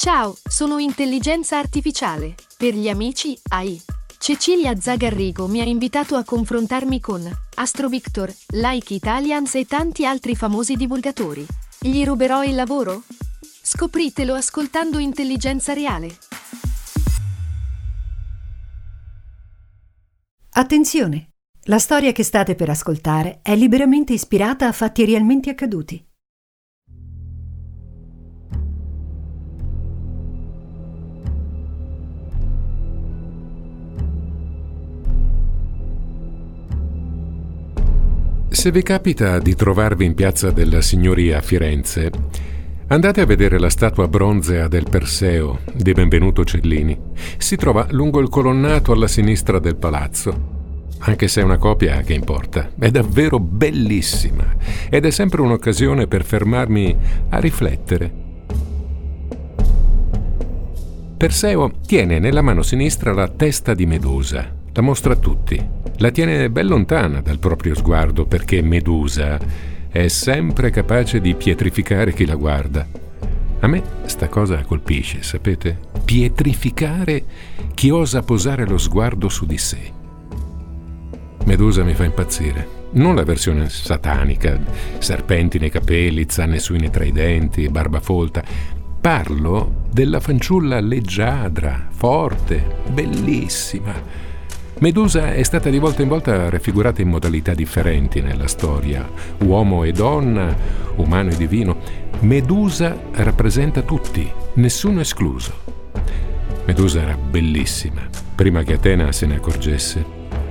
Ciao, sono intelligenza artificiale. Per gli amici, AI. Cecilia Zagarrigo mi ha invitato a confrontarmi con Astro Victor, Like Italians e tanti altri famosi divulgatori. Gli ruberò il lavoro? Scopritelo ascoltando Intelligenza Reale. Attenzione! La storia che state per ascoltare è liberamente ispirata a fatti realmente accaduti. Se vi capita di trovarvi in Piazza della Signoria a Firenze, andate a vedere la statua bronzea del Perseo di Benvenuto Cellini. Si trova lungo il colonnato alla sinistra del palazzo. Anche se è una copia, che importa? È davvero bellissima ed è sempre un'occasione per fermarmi a riflettere. Perseo tiene nella mano sinistra la testa di Medusa. La mostra a tutti. La tiene ben lontana dal proprio sguardo perché Medusa è sempre capace di pietrificare chi la guarda. A me sta cosa colpisce, sapete? Pietrificare chi osa posare lo sguardo su di sé. Medusa mi fa impazzire. Non la versione satanica, serpenti nei capelli, zanne suine tra i denti, barba folta. Parlo della fanciulla leggiadra, forte, bellissima. Medusa è stata di volta in volta raffigurata in modalità differenti nella storia, uomo e donna, umano e divino. Medusa rappresenta tutti, nessuno escluso. Medusa era bellissima, prima che Atena se ne accorgesse.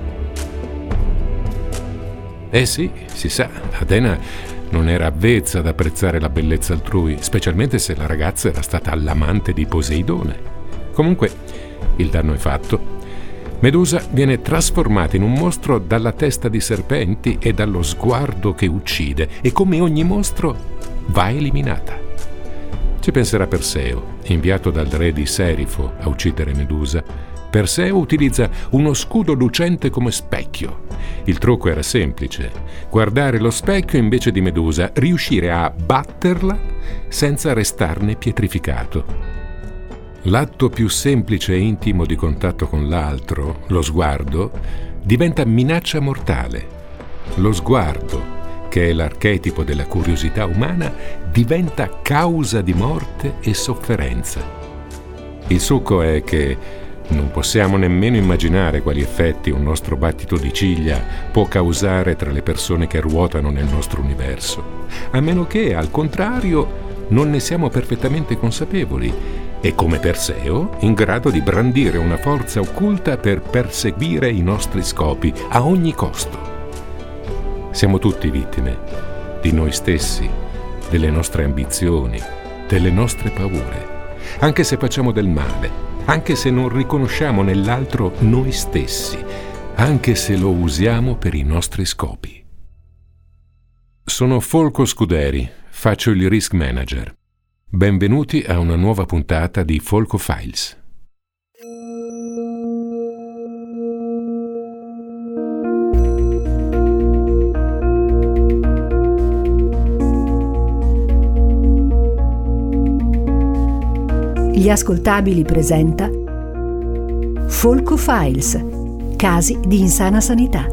Sì, si sa, Atena non era avvezza ad apprezzare la bellezza altrui, specialmente se la ragazza era stata l'amante di Poseidone. Comunque, il danno è fatto. Medusa viene trasformata in un mostro dalla testa di serpenti e dallo sguardo che uccide, e come ogni mostro va eliminata. Ci penserà Perseo, inviato dal re di Serifo a uccidere Medusa. Perseo utilizza uno scudo lucente come specchio. Il trucco era semplice: guardare lo specchio invece di Medusa, riuscire a batterla senza restarne pietrificato. L'atto più semplice e intimo di contatto con l'altro, lo sguardo, diventa minaccia mortale. Lo sguardo, che è l'archetipo della curiosità umana, diventa causa di morte e sofferenza. Il succo è che non possiamo nemmeno immaginare quali effetti un nostro battito di ciglia può causare tra le persone che ruotano nel nostro universo, a meno che, al contrario, non ne siamo perfettamente consapevoli e, come Perseo, in grado di brandire una forza occulta per perseguire i nostri scopi a ogni costo. Siamo tutti vittime di noi stessi, delle nostre ambizioni, delle nostre paure, anche se facciamo del male, anche se non riconosciamo nell'altro noi stessi, anche se lo usiamo per i nostri scopi. Sono Folco Scuderi, faccio il Risk Manager. Benvenuti a una nuova puntata di Folco Files. Gli Ascoltabili presenta Folco Files, casi di insana sanità.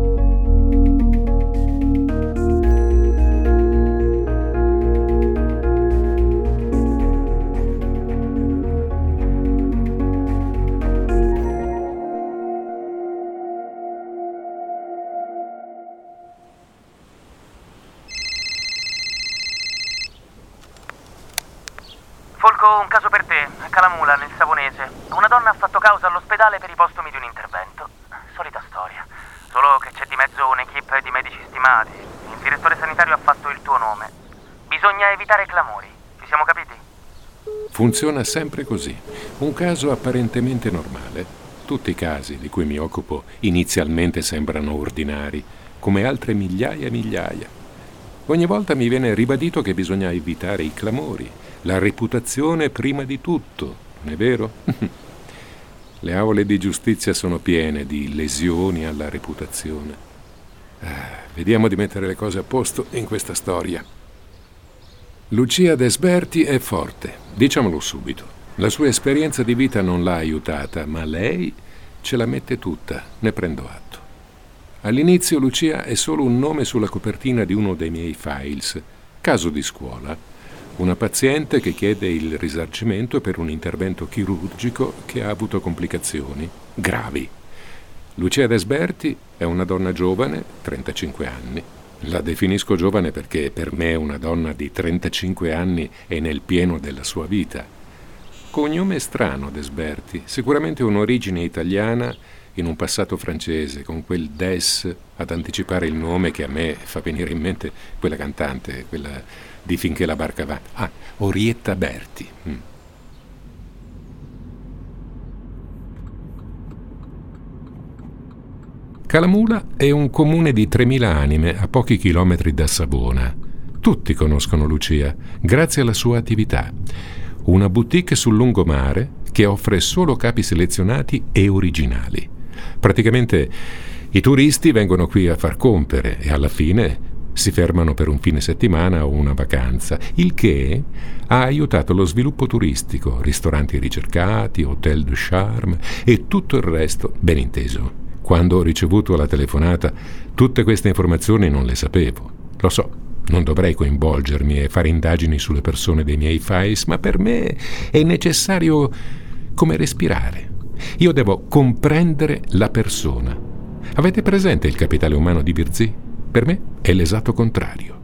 Folco, un caso per te, a Calamula, nel Savonese. Una donna ha fatto causa all'ospedale per i postumi di un intervento. Solita storia, solo che c'è di mezzo un'equipe di medici stimati. Il direttore sanitario ha fatto il tuo nome. Bisogna evitare clamori, ci siamo capiti? Funziona sempre così. Un caso apparentemente normale. Tutti i casi di cui mi occupo inizialmente sembrano ordinari, come altre migliaia e migliaia. Ogni volta mi viene ribadito che bisogna evitare i clamori. La reputazione prima di tutto, non è vero? Le aule di giustizia sono piene di lesioni alla reputazione. Vediamo di mettere le cose a posto in questa storia. Lucia Desberti è forte, diciamolo subito. La sua esperienza di vita non l'ha aiutata, ma lei ce la mette tutta, ne prendo atto. All'inizio Lucia è solo un nome sulla copertina di uno dei miei files, caso di scuola. Una paziente che chiede il risarcimento per un intervento chirurgico che ha avuto complicazioni gravi. Lucia Desberti è una donna giovane, 35 anni. La definisco giovane perché per me una donna di 35 anni è nel pieno della sua vita. Cognome strano Desberti, sicuramente un'origine italiana in un passato francese, con quel des ad anticipare il nome che a me fa venire in mente quella cantante, quella di Finché la barca va. Orietta Berti. Calamula è un comune di 3.000 anime a pochi chilometri da Savona. Tutti conoscono Lucia, grazie alla sua attività. Una boutique sul lungomare che offre solo capi selezionati e originali. Praticamente i turisti vengono qui a far compere e alla fine si fermano per un fine settimana o una vacanza, il che ha aiutato lo sviluppo turistico, ristoranti ricercati, hotel de charme e tutto il resto, ben inteso. Quando ho ricevuto la telefonata, tutte queste informazioni non le sapevo. Lo so, non dovrei coinvolgermi e fare indagini sulle persone dei miei files, ma per me è necessario come respirare. Io devo comprendere la persona. Avete presente il capitale umano di Virzì? Per me è l'esatto contrario.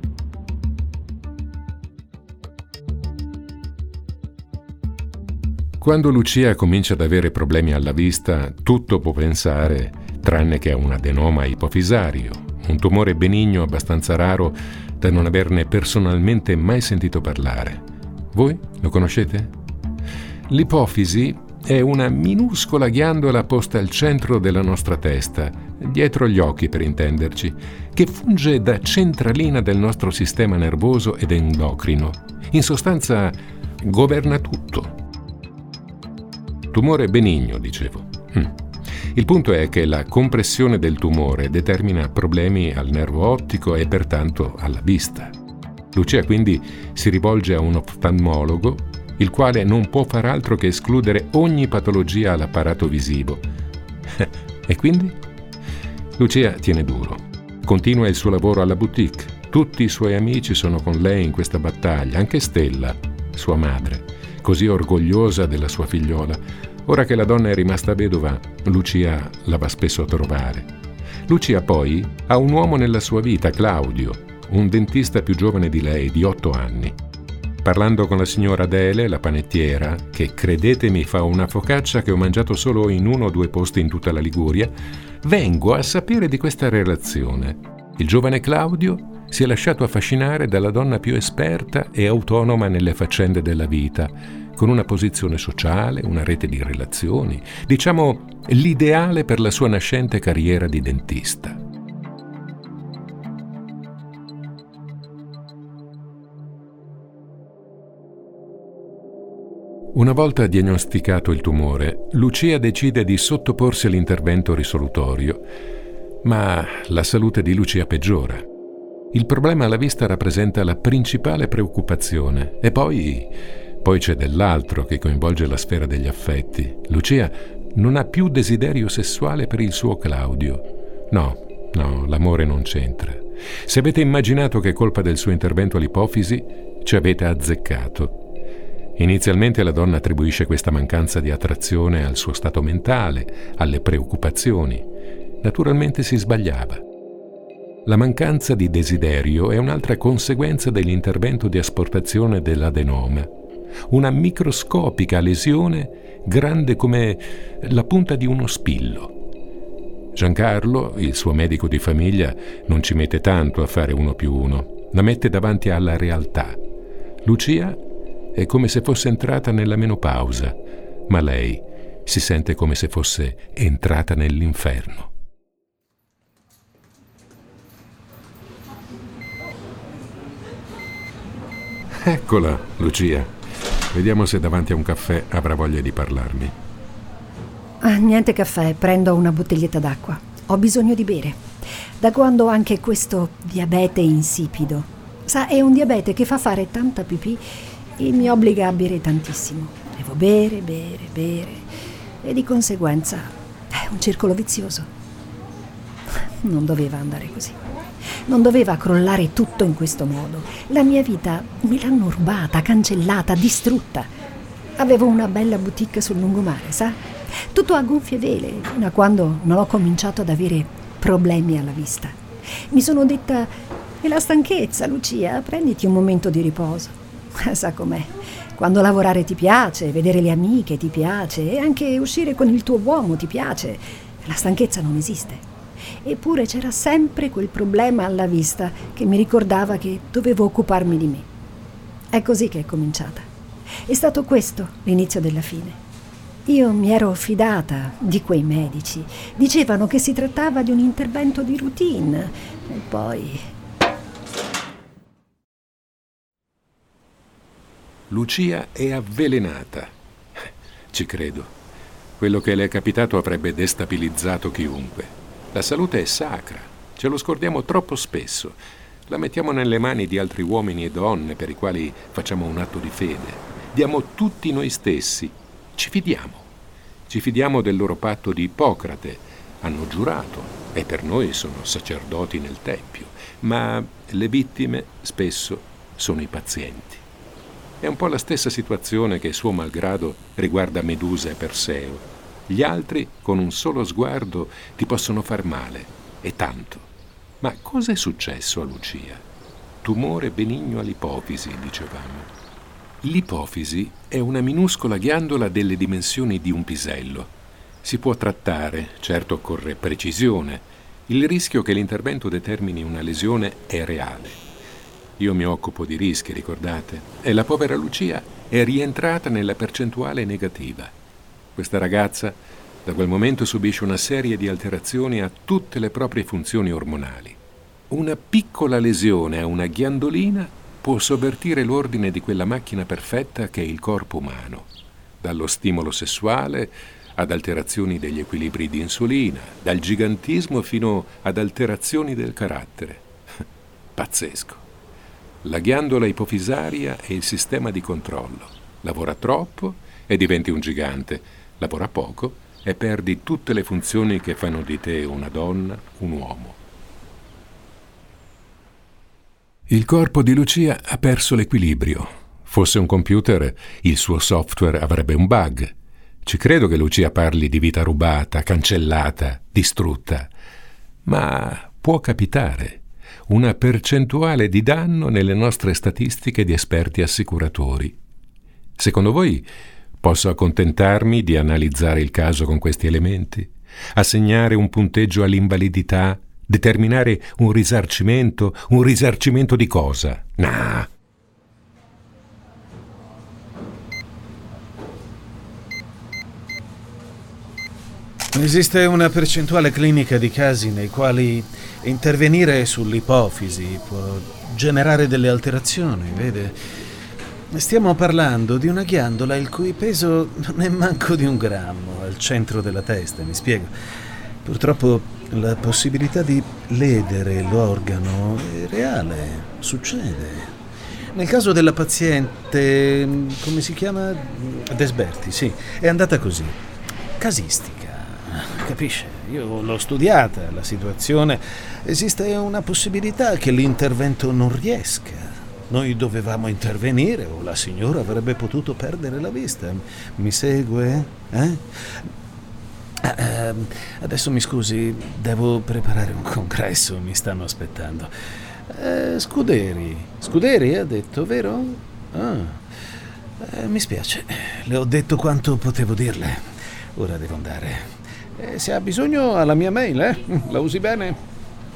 Quando Lucia comincia ad avere problemi alla vista, tutto può pensare, tranne che a un adenoma ipofisario, un tumore benigno abbastanza raro da non averne personalmente mai sentito parlare. Voi lo conoscete? L'ipofisi è una minuscola ghiandola posta al centro della nostra testa, dietro gli occhi per intenderci, che funge da centralina del nostro sistema nervoso ed endocrino. In sostanza, governa tutto. Tumore benigno, dicevo. Il punto è che la compressione del tumore determina problemi al nervo ottico e pertanto alla vista. Lucia quindi si rivolge a un oftalmologo, il quale non può far altro che escludere ogni patologia all'apparato visivo. E quindi? Lucia tiene duro. Continua il suo lavoro alla boutique. Tutti i suoi amici sono con lei in questa battaglia, anche Stella, sua madre, così orgogliosa della sua figliola. Ora che la donna è rimasta vedova, Lucia la va spesso a trovare. Lucia poi ha un uomo nella sua vita, Claudio, un dentista più giovane di lei, di 8 anni. Parlando con la signora Adele, la panettiera, che credetemi fa una focaccia che ho mangiato solo in 1 o 2 posti in tutta la Liguria, vengo a sapere di questa relazione. Il giovane Claudio si è lasciato affascinare dalla donna più esperta e autonoma nelle faccende della vita, con una posizione sociale, una rete di relazioni, diciamo l'ideale per la sua nascente carriera di dentista. Una volta diagnosticato il tumore, Lucia decide di sottoporsi all'intervento risolutorio, ma la salute di Lucia peggiora. Il problema alla vista rappresenta la principale preoccupazione e poi c'è dell'altro che coinvolge la sfera degli affetti. Lucia non ha più desiderio sessuale per il suo Claudio. No, l'amore non c'entra. Se avete immaginato che è colpa del suo intervento all'ipofisi, ci avete azzeccato. Inizialmente la donna attribuisce questa mancanza di attrazione al suo stato mentale, alle preoccupazioni. Naturalmente si sbagliava. La mancanza di desiderio è un'altra conseguenza dell'intervento di asportazione dell'adenoma. Una microscopica lesione grande come la punta di uno spillo. Giancarlo, il suo medico di famiglia, non ci mette tanto a fare 1+1, la mette davanti alla realtà. Lucia è come se fosse entrata nella menopausa, ma lei si sente come se fosse entrata nell'inferno. Eccola, Lucia. Vediamo se davanti a un caffè avrà voglia di parlarmi. Niente caffè, prendo una bottiglietta d'acqua. Ho bisogno di bere. Da quando ho anche questo diabete insipido. Sa, è un diabete che fa fare tanta pipì e mi obbliga a bere tantissimo. Devo bere e di conseguenza è un circolo vizioso. Non doveva andare così. Non doveva crollare tutto in questo modo. La mia vita me l'hanno rubata, cancellata, distrutta. Avevo una bella boutique sul lungomare, sa? Tutto a gonfie vele, fino a quando non ho cominciato ad avere problemi alla vista. Mi sono detta: è la stanchezza, Lucia, prenditi un momento di riposo. Sa com'è? Quando lavorare ti piace, vedere le amiche ti piace e anche uscire con il tuo uomo ti piace, la stanchezza non esiste. Eppure c'era sempre quel problema alla vista che mi ricordava che dovevo occuparmi di me. È così che è cominciata. È stato questo l'inizio della fine. Io mi ero fidata di quei medici. Dicevano che si trattava di un intervento di routine. E poi... Lucia è avvelenata. Ci credo. Quello che le è capitato avrebbe destabilizzato chiunque. La salute è sacra, ce lo scordiamo troppo spesso. La mettiamo nelle mani di altri uomini e donne per i quali facciamo un atto di fede. Diamo tutti noi stessi. Ci fidiamo del loro patto di Ippocrate. Hanno giurato e per noi sono sacerdoti nel Tempio. Ma le vittime spesso sono i pazienti. È un po' la stessa situazione che, suo malgrado, riguarda Medusa e Perseo. Gli altri, con un solo sguardo, ti possono far male, e tanto. Ma cosa è successo a Lucia? Tumore benigno all'ipofisi, dicevamo. L'ipofisi è una minuscola ghiandola delle dimensioni di un pisello. Si può trattare, certo occorre precisione. Il rischio che l'intervento determini una lesione è reale. Io mi occupo di rischi, ricordate? E la povera Lucia è rientrata nella percentuale negativa. Questa ragazza da quel momento subisce una serie di alterazioni a tutte le proprie funzioni ormonali. Una piccola lesione a una ghiandolina può sovvertire l'ordine di quella macchina perfetta che è il corpo umano, dallo stimolo sessuale ad alterazioni degli equilibri di insulina, dal gigantismo fino ad alterazioni del carattere. Pazzesco. La ghiandola ipofisaria è il sistema di controllo. Lavora troppo e diventi un gigante. Lavora poco e perdi tutte le funzioni che fanno di te una donna, un uomo. Il corpo di Lucia ha perso l'equilibrio. Fosse un computer, il suo software avrebbe un bug. Ci credo che Lucia parli di vita rubata, cancellata, distrutta. Ma può capitare. Una percentuale di danno nelle nostre statistiche di esperti assicuratori. Secondo voi posso accontentarmi di analizzare il caso con questi elementi? Assegnare un punteggio all'invalidità? Determinare un risarcimento? Un risarcimento di cosa? Nah! Esiste una percentuale clinica di casi nei quali intervenire sull'ipofisi può generare delle alterazioni, vede? Stiamo parlando di una ghiandola il cui peso non è manco di 1 grammo al centro della testa, mi spiego. Purtroppo la possibilità di ledere l'organo è reale, succede. Nel caso della paziente, come si chiama? Desberti, sì, è andata così. Casistica, capisce? Io l'ho studiata, la situazione. Esiste una possibilità che l'intervento non riesca. Noi dovevamo intervenire o la signora avrebbe potuto perdere la vista. Mi segue? Adesso mi scusi, devo preparare un congresso, mi stanno aspettando. Scuderi ha detto, vero? Mi spiace, le ho detto quanto potevo dirle. Ora devo andare. Se ha bisogno ha la mia mail, la usi bene?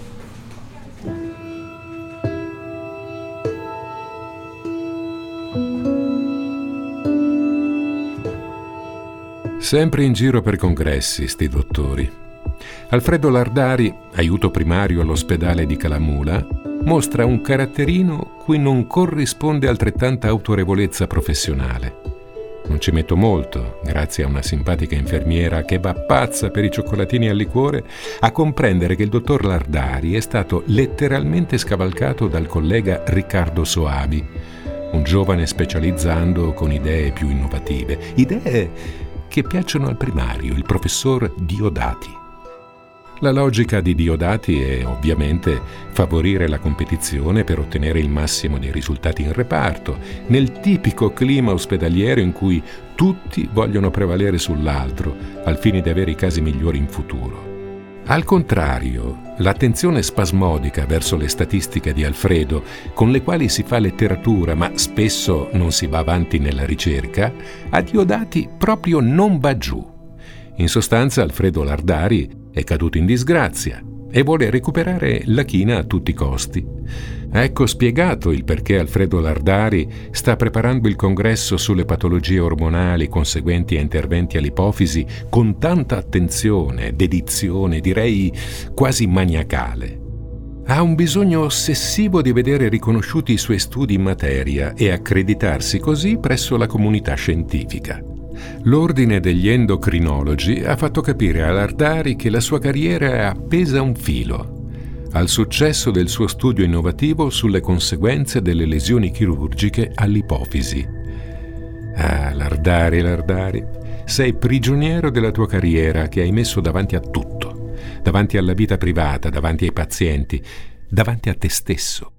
Sempre in giro per congressi, sti dottori. Alfredo Lardari, aiuto primario all'ospedale di Calamula, mostra un caratterino cui non corrisponde altrettanta autorevolezza professionale. Non ci metto molto, grazie a una simpatica infermiera che va pazza per i cioccolatini al liquore, a comprendere che il dottor Lardari è stato letteralmente scavalcato dal collega Riccardo Soavi, un giovane specializzando con idee più innovative, idee che piacciono al primario, il professor Diodati. La logica di Diodati è ovviamente favorire la competizione per ottenere il massimo dei risultati in reparto, nel tipico clima ospedaliero in cui tutti vogliono prevalere sull'altro al fine di avere i casi migliori in futuro. Al contrario, l'attenzione spasmodica verso le statistiche di Alfredo, con le quali si fa letteratura ma spesso non si va avanti nella ricerca, a Diodati proprio non va giù. In sostanza, Alfredo Lardari è caduto in disgrazia e vuole recuperare la china a tutti i costi. Ecco spiegato il perché Alfredo Lardari sta preparando il congresso sulle patologie ormonali conseguenti a interventi all'ipofisi con tanta attenzione, dedizione, direi quasi maniacale. Ha un bisogno ossessivo di vedere riconosciuti i suoi studi in materia e accreditarsi così presso la comunità scientifica. L'ordine degli endocrinologi ha fatto capire a Lardari che la sua carriera è appesa a un filo, al successo del suo studio innovativo sulle conseguenze delle lesioni chirurgiche all'ipofisi. Ah, Lardari, sei prigioniero della tua carriera che hai messo davanti a tutto, davanti alla vita privata, davanti ai pazienti, davanti a te stesso.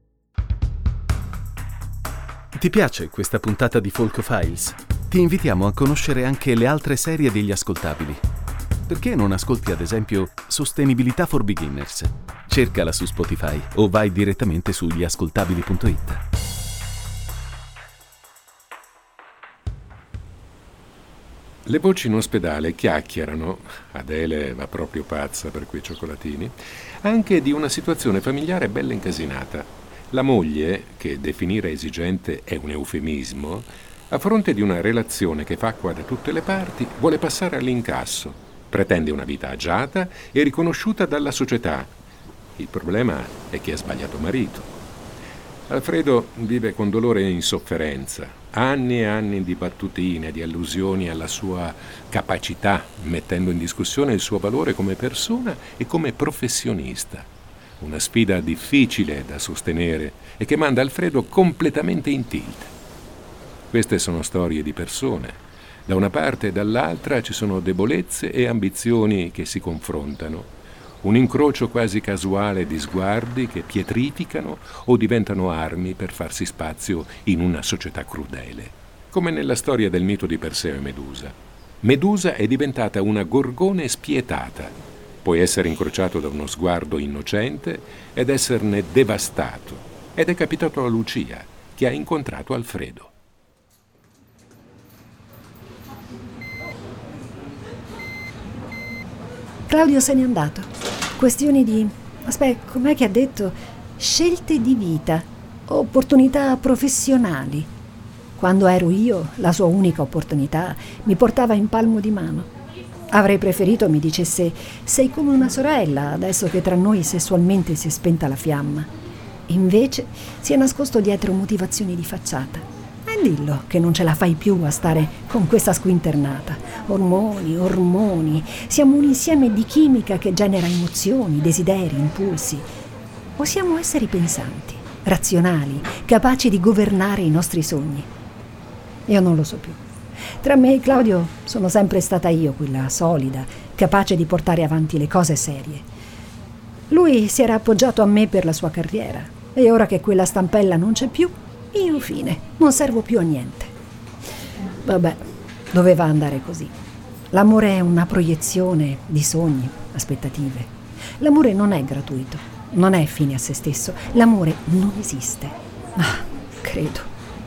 Ti piace questa puntata di Folk Files? Ti invitiamo a conoscere anche le altre serie degli ascoltabili. Perché non ascolti ad esempio Sostenibilità for Beginners? Cercala su Spotify o vai direttamente su gliascoltabili.it. Le voci in ospedale chiacchierano, Adele va proprio pazza per quei cioccolatini, anche di una situazione familiare bella incasinata. La moglie, che definire esigente è un eufemismo, a fronte di una relazione che fa acqua da tutte le parti, vuole passare all'incasso, pretende una vita agiata e riconosciuta dalla società. Il problema è che ha sbagliato marito. Alfredo vive con dolore e insofferenza, anni e anni di battutine, di allusioni alla sua capacità, mettendo in discussione il suo valore come persona e come professionista. Una sfida difficile da sostenere e che manda Alfredo completamente in tilt. Queste sono storie di persone. Da una parte e dall'altra ci sono debolezze e ambizioni che si confrontano. Un incrocio quasi casuale di sguardi che pietrificano o diventano armi per farsi spazio in una società crudele. Come nella storia del mito di Perseo e Medusa. Medusa è diventata una gorgone spietata. Puoi essere incrociato da uno sguardo innocente ed esserne devastato. Ed è capitato a Lucia, che ha incontrato Alfredo. Claudio se n'è andato. Questioni di... Aspetta, com'è che ha detto? Scelte di vita, opportunità professionali. Quando ero io, la sua unica opportunità mi portava in palmo di mano. Avrei preferito mi dicesse: sei come una sorella, adesso che tra noi sessualmente si è spenta la fiamma. Invece si è nascosto dietro motivazioni di facciata. E dillo che non ce la fai più a stare con questa squinternata. Ormoni. Siamo un insieme di chimica che genera emozioni, desideri, impulsi. O siamo esseri pensanti, razionali, capaci di governare i nostri sogni? Io non lo so più. Tra me e Claudio sono sempre stata io quella solida, capace di portare avanti le cose serie. Lui si era appoggiato a me per la sua carriera e ora che quella stampella non c'è più, io fine, non servo più a niente. Vabbè, doveva andare così. L'amore è una proiezione di sogni, aspettative. L'amore non è gratuito, non è fine a se stesso. L'amore non esiste. Ah, credo.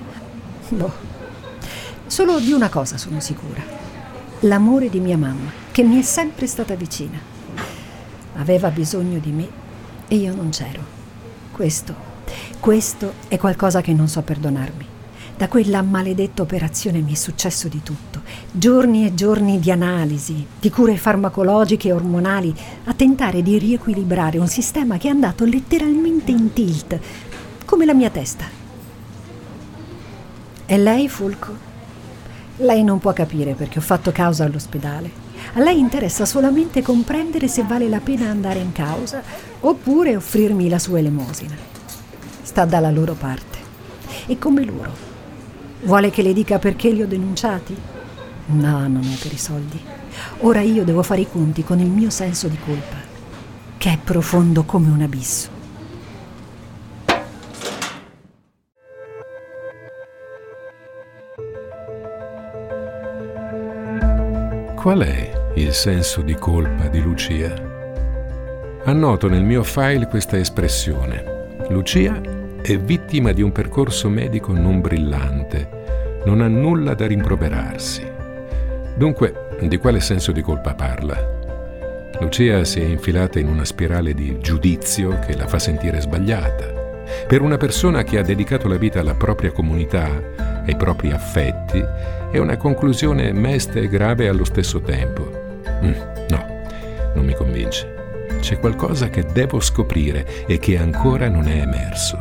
Solo di una cosa sono sicura. L'amore di mia mamma, che mi è sempre stata vicina. Aveva bisogno di me e io non c'ero. Questo è qualcosa che non so perdonarmi. Da quella maledetta operazione mi è successo di tutto. Giorni e giorni di analisi, di cure farmacologiche e ormonali, a tentare di riequilibrare un sistema che è andato letteralmente in tilt, come la mia testa. E lei, Fulco? Lei non può capire perché ho fatto causa all'ospedale. A lei interessa solamente comprendere se vale la pena andare in causa oppure offrirmi la sua elemosina. Sta dalla loro parte. E come loro. Vuole che le dica perché li ho denunciati? No, non è per i soldi. Ora io devo fare i conti con il mio senso di colpa, che è profondo come un abisso. Qual è il senso di colpa di Lucia? Annoto nel mio file questa espressione. Lucia è vittima di un percorso medico non brillante, non ha nulla da rimproverarsi. Dunque, di quale senso di colpa parla? Lucia si è infilata in una spirale di giudizio che la fa sentire sbagliata. Per una persona che ha dedicato la vita alla propria comunità, ai propri affetti, è una conclusione mesta e grave allo stesso tempo. No, non mi convince. C'è qualcosa che devo scoprire e che ancora non è emerso.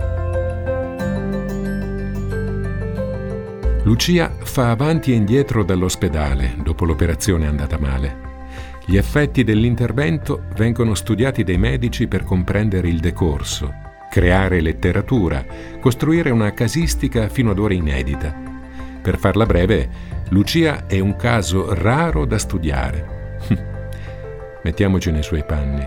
Lucia fa avanti e indietro dall'ospedale dopo l'operazione andata male. Gli effetti dell'intervento vengono studiati dai medici per comprendere il decorso, creare letteratura, costruire una casistica fino ad ora inedita. Per farla breve, Lucia è un caso raro da studiare. Mettiamoci nei suoi panni.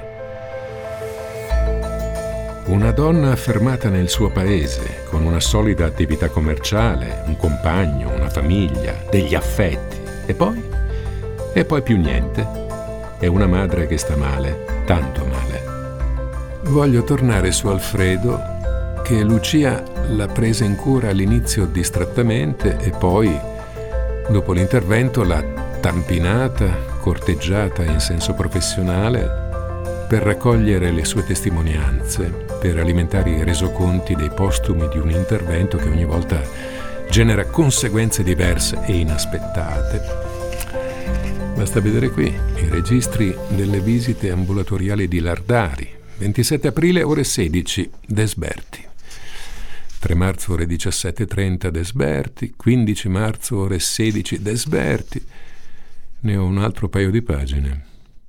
Una donna affermata nel suo paese, con una solida attività commerciale, un compagno, una famiglia, degli affetti. E poi più niente. È una madre che sta male, tanto male. Voglio tornare su Alfredo, che Lucia l'ha presa in cura all'inizio distrattamente e poi, dopo l'intervento, l'ha tampinata, corteggiata in senso professionale per raccogliere le sue testimonianze, per alimentare i resoconti dei postumi di un intervento che ogni volta genera conseguenze diverse e inaspettate. Basta vedere qui i registri delle visite ambulatoriali di Lardari. 27 aprile, ore 16, Desberti. 3 marzo, ore 17:30, Desberti. 15 marzo, ore 16, Desberti. Ne ho un altro paio di pagine.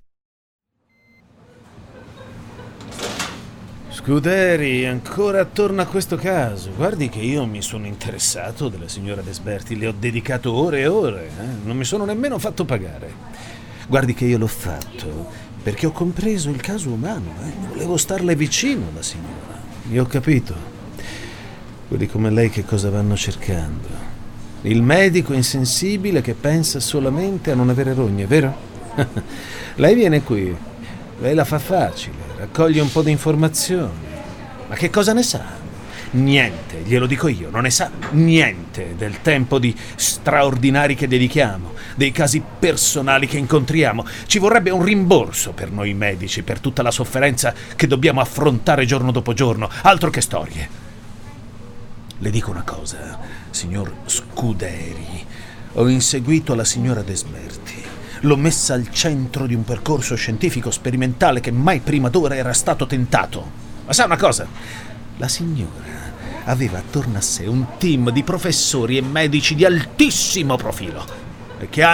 Scuderi, ancora attorno a questo caso. Guardi che io mi sono interessato della signora Desberti, le ho dedicato ore e ore, non mi sono nemmeno fatto pagare. Guardi che io l'ho fatto perché ho compreso il caso umano, volevo starle vicino alla signora. Io ho capito. Quelli come lei che cosa vanno cercando? Il medico insensibile che pensa solamente a non avere rogne, vero? Lei viene qui, lei la fa facile, raccoglie un po' di informazioni. Ma che cosa ne sa? Niente, glielo dico io, non ne sa niente del tempo di straordinari che dedichiamo, dei casi personali che incontriamo. Ci vorrebbe un rimborso per noi medici, per tutta la sofferenza che dobbiamo affrontare giorno dopo giorno, altro che storie. Le dico una cosa, signor Scuderi, ho inseguito la signora Desberti, l'ho messa al centro di un percorso scientifico sperimentale che mai prima d'ora era stato tentato. Ma sa una cosa? La signora aveva attorno a sé un team di professori e medici di altissimo profilo e che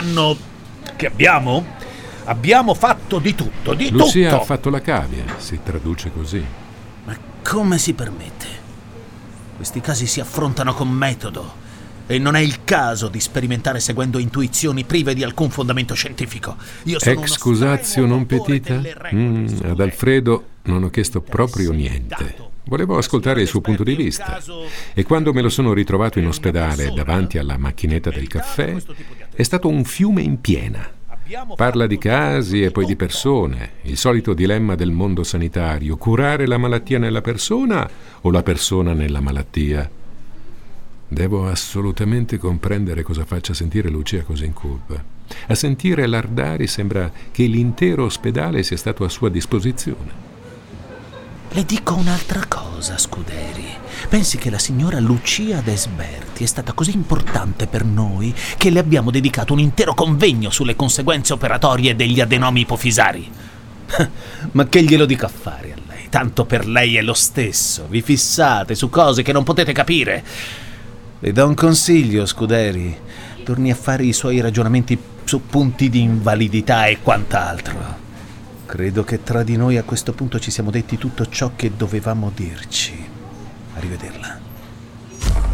abbiamo fatto di tutto, di tutto. Lucia ha fatto la cavia, si traduce così. Ma come si permette? Questi casi si affrontano con metodo e non è il caso di sperimentare seguendo intuizioni prive di alcun fondamento scientifico. Io sono Excusatio non petita? Ad Alfredo non ho chiesto proprio niente. Volevo ascoltare il suo punto di vista. E quando me lo sono ritrovato in ospedale davanti alla macchinetta del caffè, è stato un fiume in piena. Parla di casi e poi di persone, il solito dilemma del mondo sanitario: curare la malattia nella persona o la persona nella malattia? Devo assolutamente comprendere cosa faccia sentire Lucia così in colpa. A sentire Lardari sembra che l'intero ospedale sia stato a sua disposizione. Le dico un'altra cosa, Scuderi. Pensi che la signora Lucia Desberti è stata così importante per noi che le abbiamo dedicato un intero convegno sulle conseguenze operatorie degli adenomi ipofisari. Ma che glielo dico a fare a lei? Tanto per lei è lo stesso. Vi fissate su cose che non potete capire. Le do un consiglio, Scuderi. Torni a fare i suoi ragionamenti su punti di invalidità e quant'altro. Credo che tra di noi a questo punto ci siamo detti tutto ciò che dovevamo dirci. Arrivederla.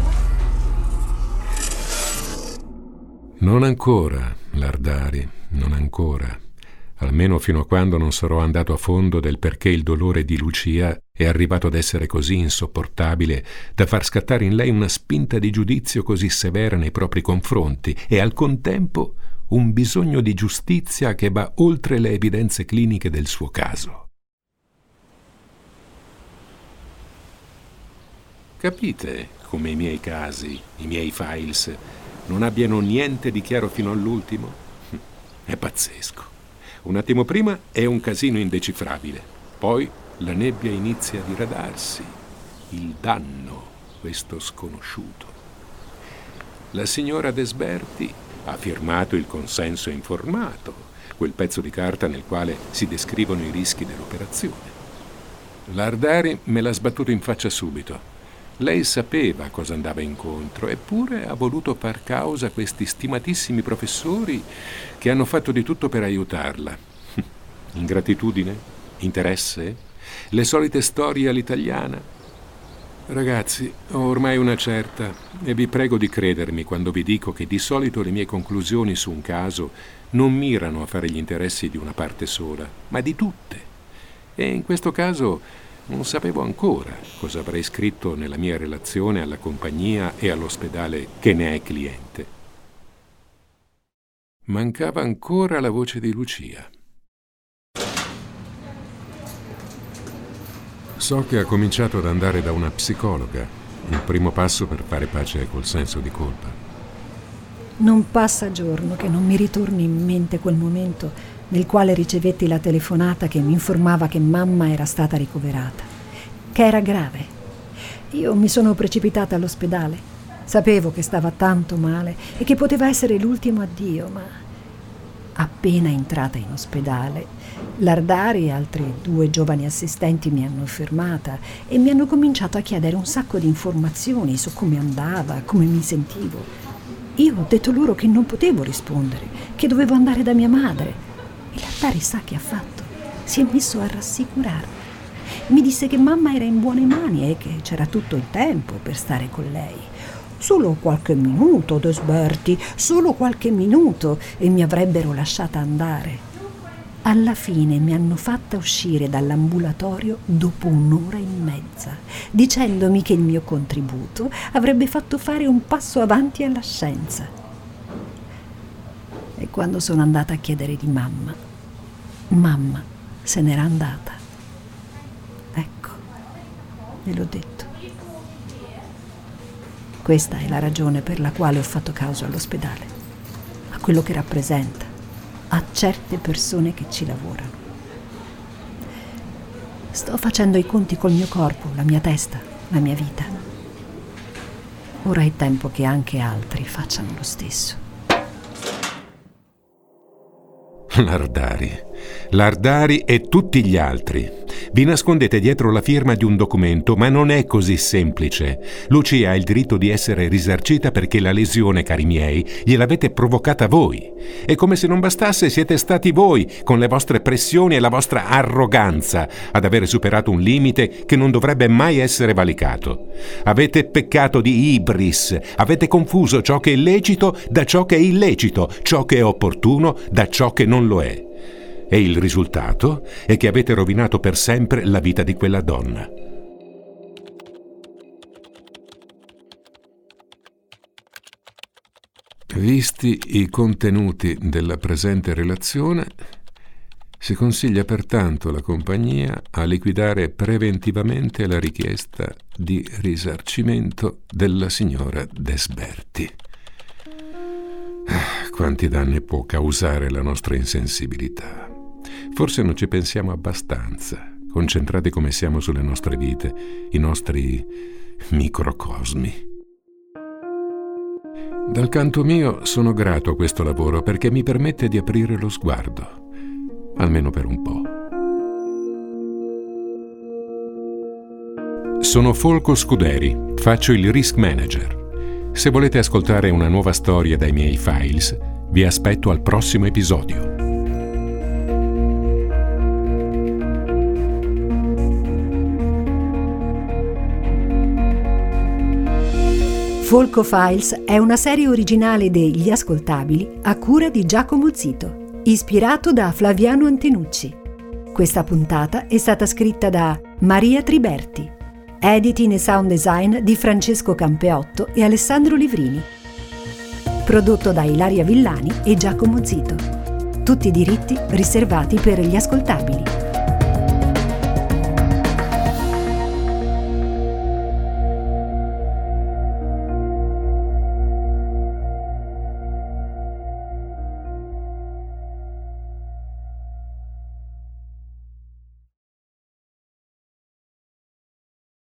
Non ancora, Lardari, non ancora. Almeno fino a quando non sarò andato a fondo del perché il dolore di Lucia è arrivato ad essere così insopportabile da far scattare in lei una spinta di giudizio così severa nei propri confronti e al contempo un bisogno di giustizia che va oltre le evidenze cliniche del suo caso. Capite come i miei casi, i miei files, non abbiano niente di chiaro fino all'ultimo? È pazzesco. Un attimo prima è un casino indecifrabile, poi la nebbia inizia a diradarsi. Il danno, questo sconosciuto. La signora Desberti ha firmato il consenso informato, quel pezzo di carta nel quale si descrivono i rischi dell'operazione. Lardari me l'ha sbattuto in faccia subito. Lei sapeva cosa andava incontro, eppure ha voluto far causa a questi stimatissimi professori che hanno fatto di tutto per aiutarla. Ingratitudine? Interesse? Le solite storie all'italiana? Ragazzi, ho ormai una certa e vi prego di credermi quando vi dico che di solito le mie conclusioni su un caso non mirano a fare gli interessi di una parte sola, ma di tutte. E in questo caso non sapevo ancora cosa avrei scritto nella mia relazione alla compagnia e all'ospedale che ne è cliente. Mancava ancora la voce di Lucia. So che ha cominciato ad andare da una psicologa, il primo passo per fare pace col senso di colpa. Non passa giorno che non mi ritorni in mente quel momento nel quale ricevetti la telefonata che mi informava che mamma era stata ricoverata, che era grave. Io mi sono precipitata all'ospedale. Sapevo che stava tanto male e che poteva essere l'ultimo addio, ma appena entrata in ospedale, Lardari e altri 2 giovani assistenti mi hanno fermata e mi hanno cominciato a chiedere un sacco di informazioni su come andava, come mi sentivo. Io ho detto loro che non potevo rispondere, che dovevo andare da mia madre. E Lardari sa che ha fatto? Si è messo a rassicurarmi. Mi disse che mamma era in buone mani e che c'era tutto il tempo per stare con lei. Solo qualche minuto, Desberti, solo qualche minuto e mi avrebbero lasciata andare. Alla fine mi hanno fatta uscire dall'ambulatorio dopo 1 ora e mezza, dicendomi che il mio contributo avrebbe fatto fare un passo avanti alla scienza. E quando sono andata a chiedere di mamma se n'era andata. Ecco, gliel'ho detto. Questa è la ragione per la quale ho fatto causa all'ospedale, a quello che rappresenta, a certe persone che ci lavorano. Sto facendo i conti col mio corpo, la mia testa, la mia vita. Ora è tempo che anche altri facciano lo stesso. Lardari e tutti gli altri. Vi nascondete dietro la firma di un documento, ma non è così semplice. Lucia ha il diritto di essere risarcita perché la lesione, cari miei, gliel'avete provocata voi. E come se non bastasse, siete stati voi, con le vostre pressioni e la vostra arroganza, ad avere superato un limite che non dovrebbe mai essere valicato. Avete peccato di ibris, avete confuso ciò che è lecito da ciò che è illecito, ciò che è opportuno da ciò che non lo è. E il risultato è che avete rovinato per sempre la vita di quella donna. Visti i contenuti della presente relazione, si consiglia pertanto alla compagnia a liquidare preventivamente la richiesta di risarcimento della signora Desberti. Quanti danni può causare la nostra insensibilità? Forse non ci pensiamo abbastanza, concentrati come siamo sulle nostre vite, i nostri microcosmi. Dal canto mio sono grato a questo lavoro perché mi permette di aprire lo sguardo, almeno per un po'. Sono Folco Scuderi, faccio il risk manager. Se volete ascoltare una nuova storia dai miei files, vi aspetto al prossimo episodio. Folco Files è una serie originale degli Ascoltabili a cura di Giacomo Zito, ispirato da Flaviano Antenucci. Questa puntata è stata scritta da Maria Triberti, editing e sound design di Francesco Campeotto e Alessandro Livrini. Prodotto da Ilaria Villani e Giacomo Zito. Tutti i diritti riservati per gli Ascoltabili.